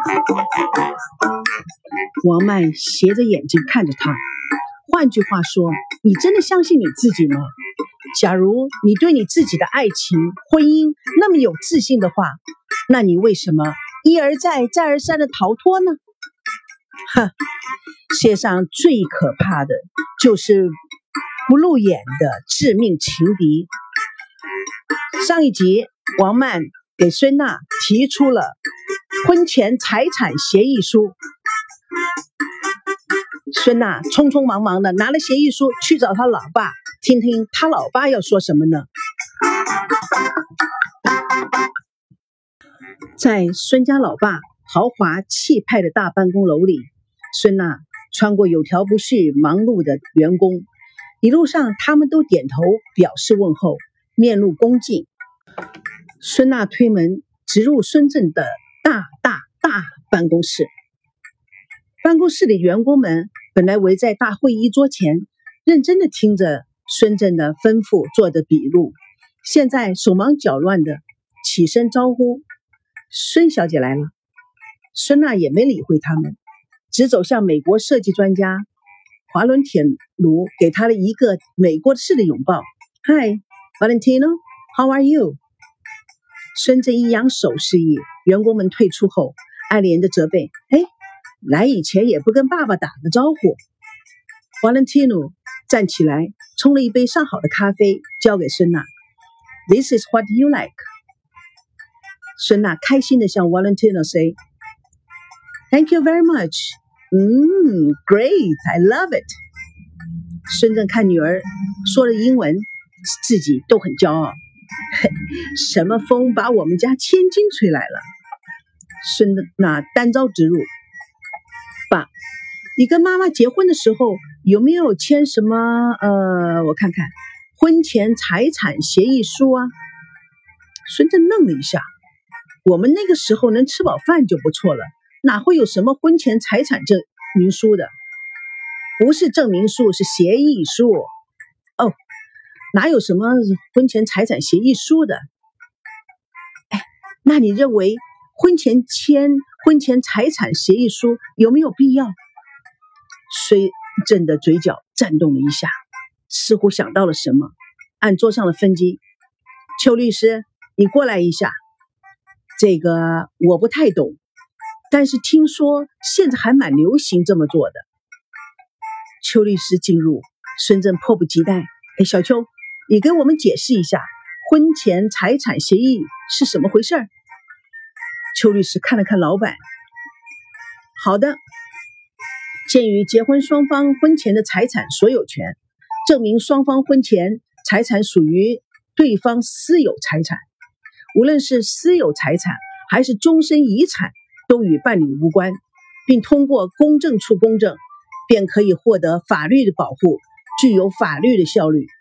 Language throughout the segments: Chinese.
王曼斜着眼睛看着他，换句话说，你真的相信你自己吗？假如你对你自己的爱情、婚姻那么有自信的话，那你为什么一而再、再而三的逃脱呢？世界上最可怕的就是不露眼的致命情敌。上一集，王曼给孙娜提出了婚前财产协议书。孙娜匆匆忙忙的拿了协议书去找他老爸，听听他老爸要说什么呢？在孙家老爸豪华气派的大办公楼里，孙娜穿过有条不紊忙碌的员工，一路上他们都点头表示问候，面露恭敬。孙娜推门直入孙正的大办公室。办公室里员工们本来围在大会议桌前，认真的听着孙正的吩咐，做着笔录，现在手忙脚乱的起身招呼孙小姐来了。孙娜也没理会他们，只走向美国设计专家华伦铁奴，给他了一个美国式的拥抱。 Hi Valentino, how are you？ 孙正一扬手示意，员工们退出后爱怜的责备，来以前也不跟爸爸打个招呼。Valentino 站起来冲了一杯上好的咖啡交给孙娜。 This is what you like。 孙娜开心地向 Valentino say Thank you very much。 Great, I love it。 孙正看女儿说了英文，自己都很骄傲。什么风把我们家千金吹来了？孙娜单招直入，爸，你跟妈妈结婚的时候有没有签什么我看看，婚前财产协议书啊？孙正愣了一下，我们那个时候能吃饱饭就不错了，哪会有什么婚前财产证明书的？不是证明书，是协议书。哦，哪有什么婚前财产协议书的？那你认为婚前签婚前财产协议书有没有必要？孙正的嘴角颤动了一下，似乎想到了什么，按桌上的分机，邱律师，你过来一下。这个我不太懂，但是听说现在还蛮流行这么做的。邱律师进入，孙正迫不及待，小邱，你给我们解释一下婚前财产协议是什么回事？邱律师看了看老板，好的，鉴于结婚双方婚前的财产所有权，证明双方婚前财产属于对方私有财产，无论是私有财产还是终身遗产都与伴侣无关，并通过公证处公证，便可以获得法律的保护，具有法律的效力。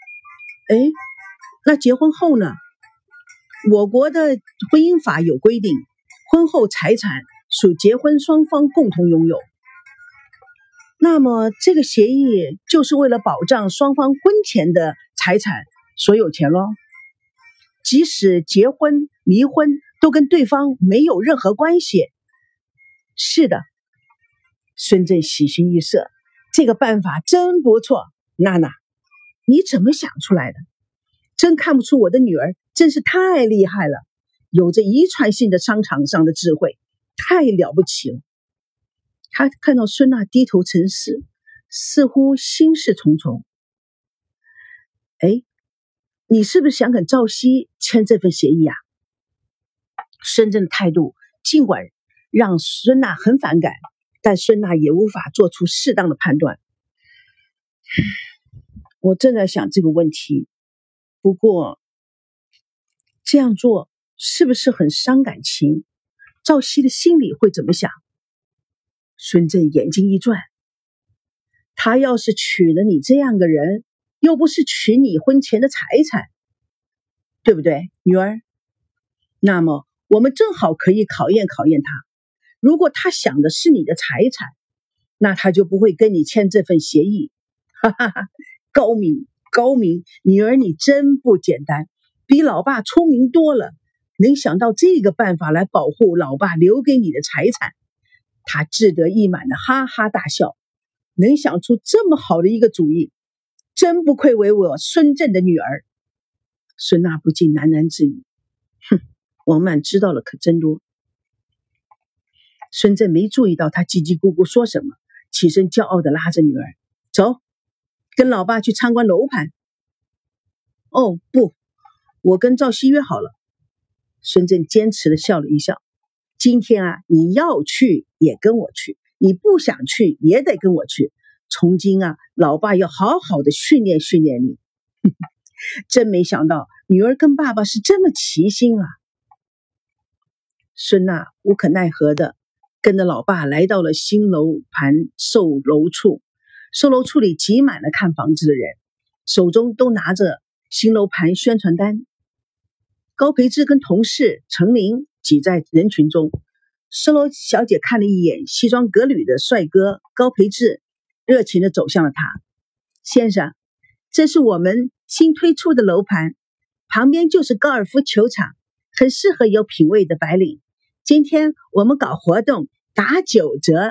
那结婚后呢？我国的婚姻法有规定，婚后财产属结婚双方共同拥有。那么这个协议就是为了保障双方婚前的财产所有权咯，即使结婚离婚都跟对方没有任何关系。是的，孙正喜形于色，这个办法真不错。娜娜，你怎么想出来的？真看不出我的女儿真是太厉害了，有着遗传性的商场上的智慧，太了不起了。他看到孙娜低头沉思，似乎心事重重。你是不是想跟赵熙签这份协议啊？孙正的态度尽管让孙娜很反感，但孙娜也无法做出适当的判断。我正在想这个问题，不过这样做是不是很伤感情？赵熙的心里会怎么想？孙正眼睛一转，他要是娶了你这样个人，又不是娶你婚前的财产，对不对，女儿？那么我们正好可以考验考验他，如果他想的是你的财产，那他就不会跟你签这份协议。哈哈哈，高明，女儿你真不简单，比老爸聪明多了， 能想到这个办法来保护老爸留给你的财产。他志得意满的哈哈大笑，能想出这么好的一个主意，真不愧为我孙振的女儿。孙娜不禁喃喃自语，哼，王曼知道了可真多。孙振没注意到他叽叽咕咕说什么，起身骄傲地拉着女儿，走，跟老爸去参观楼盘。哦不，我跟赵熙约好了。孙振坚持地笑了一笑，今天啊，你要去也跟我去，你不想去也得跟我去。从今啊，老爸要好好的训练训练你。真没想到女儿跟爸爸是这么齐心啊。孙娜无可奈何的跟着老爸来到了新楼盘售楼处，售楼处里挤满了看房子的人，手中都拿着新楼盘宣传单。高培志跟同事程琳挤在人群中，售楼小姐看了一眼西装革履的帅哥高培志，热情地走向了他。先生，这是我们新推出的楼盘，旁边就是高尔夫球场，很适合有品位的白领。今天我们搞活动，打9折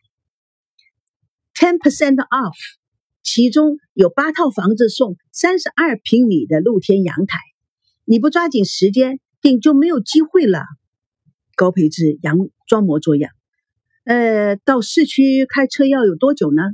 10% off， 其中有8套房子送32平米的露天阳台，你不抓紧时间订就没有机会了。高培志装模作样，到市区开车要有多久呢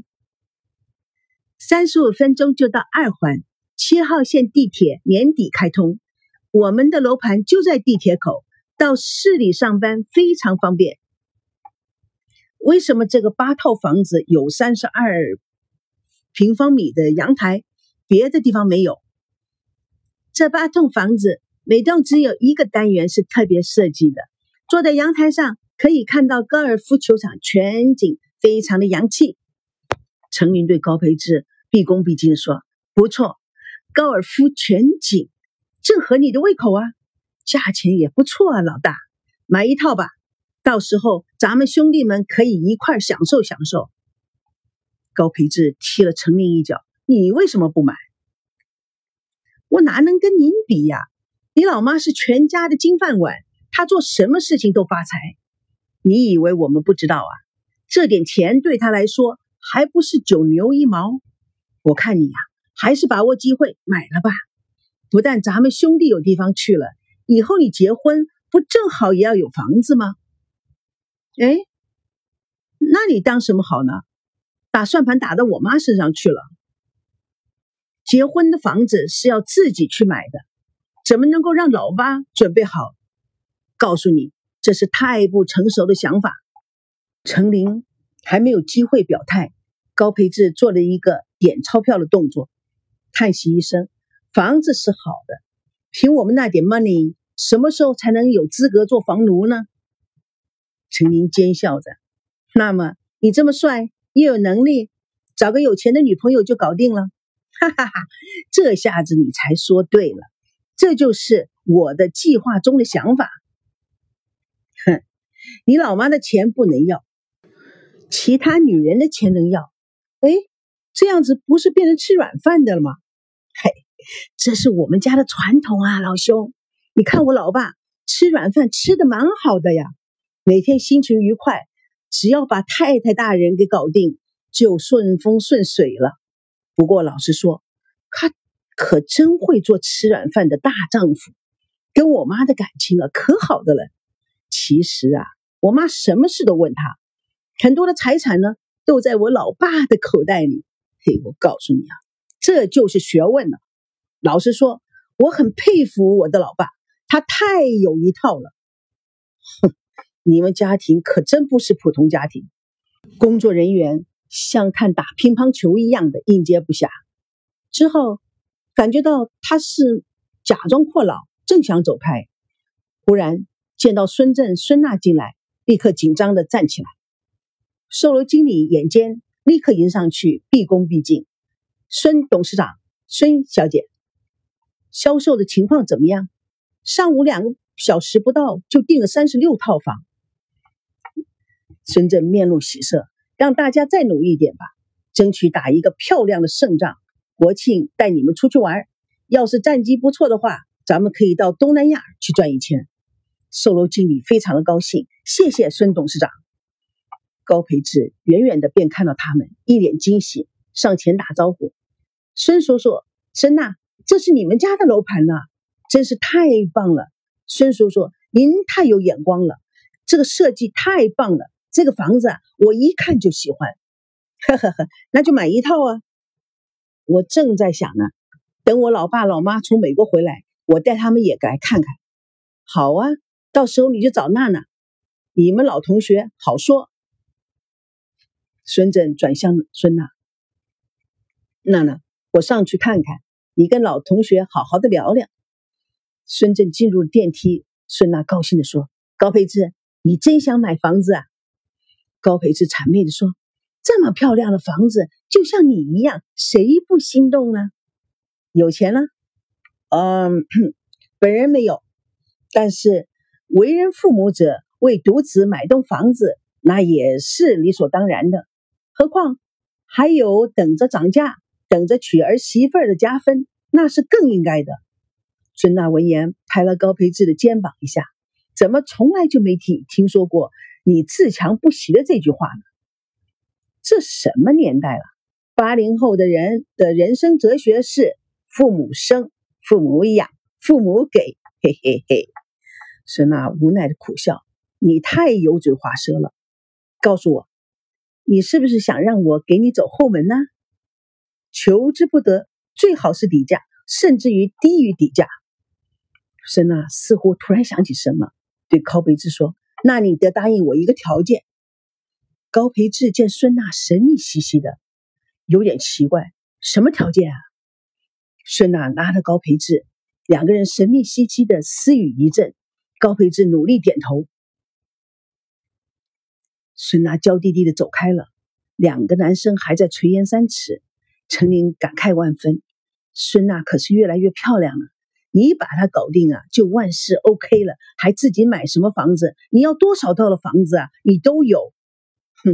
？35分钟就到2环，7号线地铁年底开通，我们的楼盘就在地铁口，到市里上班非常方便。为什么这个8套房子有32平方米的阳台，别的地方没有？这8栋房子每栋只有1个单元是特别设计的，坐在阳台上可以看到高尔夫球场全景，非常的洋气。程琳对高培志毕恭毕敬地说，不错，高尔夫全景正合你的胃口啊，价钱也不错啊，老大，买一套吧，到时候咱们兄弟们可以一块享受享受。高培志踢了程琳一脚，你为什么不买？我哪能跟您比呀？你老妈是全家的金饭碗，她做什么事情都发财，你以为我们不知道啊？这点钱对她来说还不是9牛1毛。我看你呀，还是把握机会买了吧，不但咱们兄弟有地方去了，以后你结婚不正好也要有房子吗？哎，那你当什么好呢？打算盘打到我妈身上去了。结婚的房子是要自己去买的，怎么能够让老爸准备好？告诉你，这是太不成熟的想法。程琳还没有机会表态，高培志做了一个点钞票的动作，叹息一声，房子是好的，凭我们那点 money， 什么时候才能有资格做房奴呢？程琳奸笑着，那么你这么帅又有能力，找个有钱的女朋友就搞定了。哈哈哈，这下子你才说对了，这就是我的计划中的想法。哼，你老妈的钱不能要，其他女人的钱能要。哎，这样子不是变成吃软饭的了吗？嘿，这是我们家的传统啊，老兄。你看我老爸吃软饭吃得蛮好的呀，每天心情愉快，只要把太太大人给搞定，就顺风顺水了。不过老实说，他可真会做吃软饭的大丈夫，跟我妈的感情啊可好的了。其实啊，我妈什么事都问他，很多的财产呢都在我老爸的口袋里。嘿，我告诉你啊，这就是学问了。老实说，我很佩服我的老爸，他太有一套了。哼，你们家庭可真不是普通家庭，工作人员像看打乒乓球一样的应接不暇。之后感觉到他是假装阔老，正想走开，忽然见到孙振、孙娜进来，立刻紧张地站起来。售楼经理眼尖，立刻迎上去毕恭毕敬，孙董事长、孙小姐，销售的情况怎么样？上午2个小时不到就订了36套房。孙振面露喜色，让大家再努力一点吧，争取打一个漂亮的胜仗，国庆带你们出去玩，要是战绩不错的话，咱们可以到东南亚去转一圈。 售楼经理非常的高兴，谢谢孙董事长。高培志远远的便看到他们，一脸惊喜，上前打招呼：孙叔叔，孙娜，这是你们家的楼盘啊，真是太棒了。孙叔叔，您太有眼光了，这个设计太棒了，这个房子啊，我一看就喜欢。呵呵呵，那就买一套啊。我正在想呢，等我老爸老妈从美国回来，我带他们也来看看。好啊，到时候你就找娜娜，你们老同学好说。孙正转向孙娜：娜娜，我上去看看，你跟老同学好好的聊聊。孙正进入电梯，孙娜高兴地说：高培志，你真想买房子啊？高培志谄媚地说：这么漂亮的房子，就像你一样，谁不心动呢？有钱了？本人没有，但是为人父母者为独子买栋房子，那也是理所当然的。何况还有等着涨价、等着娶儿媳妇的加分，那是更应该的。孙娜闻言拍了高培志的肩膀一下：怎么从来就没听说过你自强不息的这句话呢？这什么年代了？80后的人的人生哲学是父母生，父母养，父母给，嘿嘿嘿。孙娜无奈的苦笑：你太油嘴滑舌了，告诉我，你是不是想让我给你走后门呢？求之不得，最好是底价，甚至于低于底价。孙娜似乎突然想起什么，对高培志说：那你得答应我一个条件。高培志见孙娜神秘兮兮的，有点奇怪，什么条件啊？孙娜拉着高培志，两个人神秘兮兮的私语一阵，高培志努力点头。孙娜娇滴滴的走开了，两个男生还在垂涎三尺。程琳感慨万分，孙娜可是越来越漂亮了，你把她搞定啊，就万事 OK 了，还自己买什么房子？你要多少套的房子啊，你都有。哼，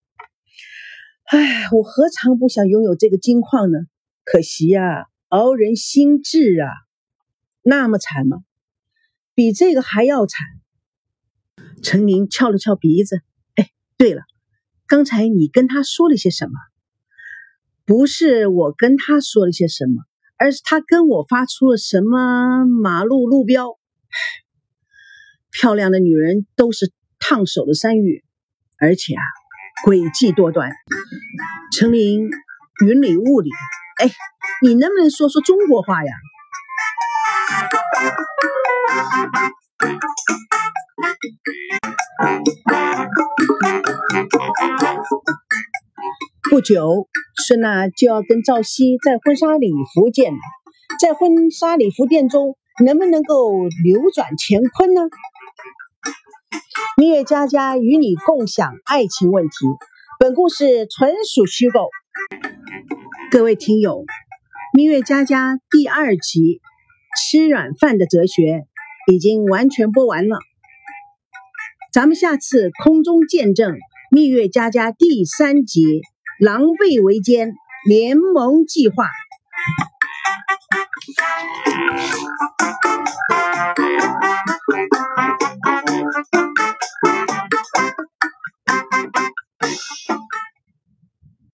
哎，我何尝不想拥有这个金矿呢？可惜啊，熬人心智啊。那么惨吗？比这个还要惨。程琳翘了翘鼻子，哎，对了，刚才你跟他说了些什么？不是我跟他说了些什么，而是他跟我发出了什么马路路标。漂亮的女人都是烫手的山芋，而且啊，诡计多端。程琳云里雾里，哎，你能不能说说中国话呀？不久，孙娜就要跟赵熙在婚纱礼服见了。在婚纱礼服店中，能不能够扭转乾坤呢？蜜月佳佳与你共享爱情问题，本故事纯属虚构。各位听友，蜜月佳佳第2集吃软饭的哲学已经完全播完了，咱们下次空中见证蜜月佳佳第3集狼狈为奸联盟计划。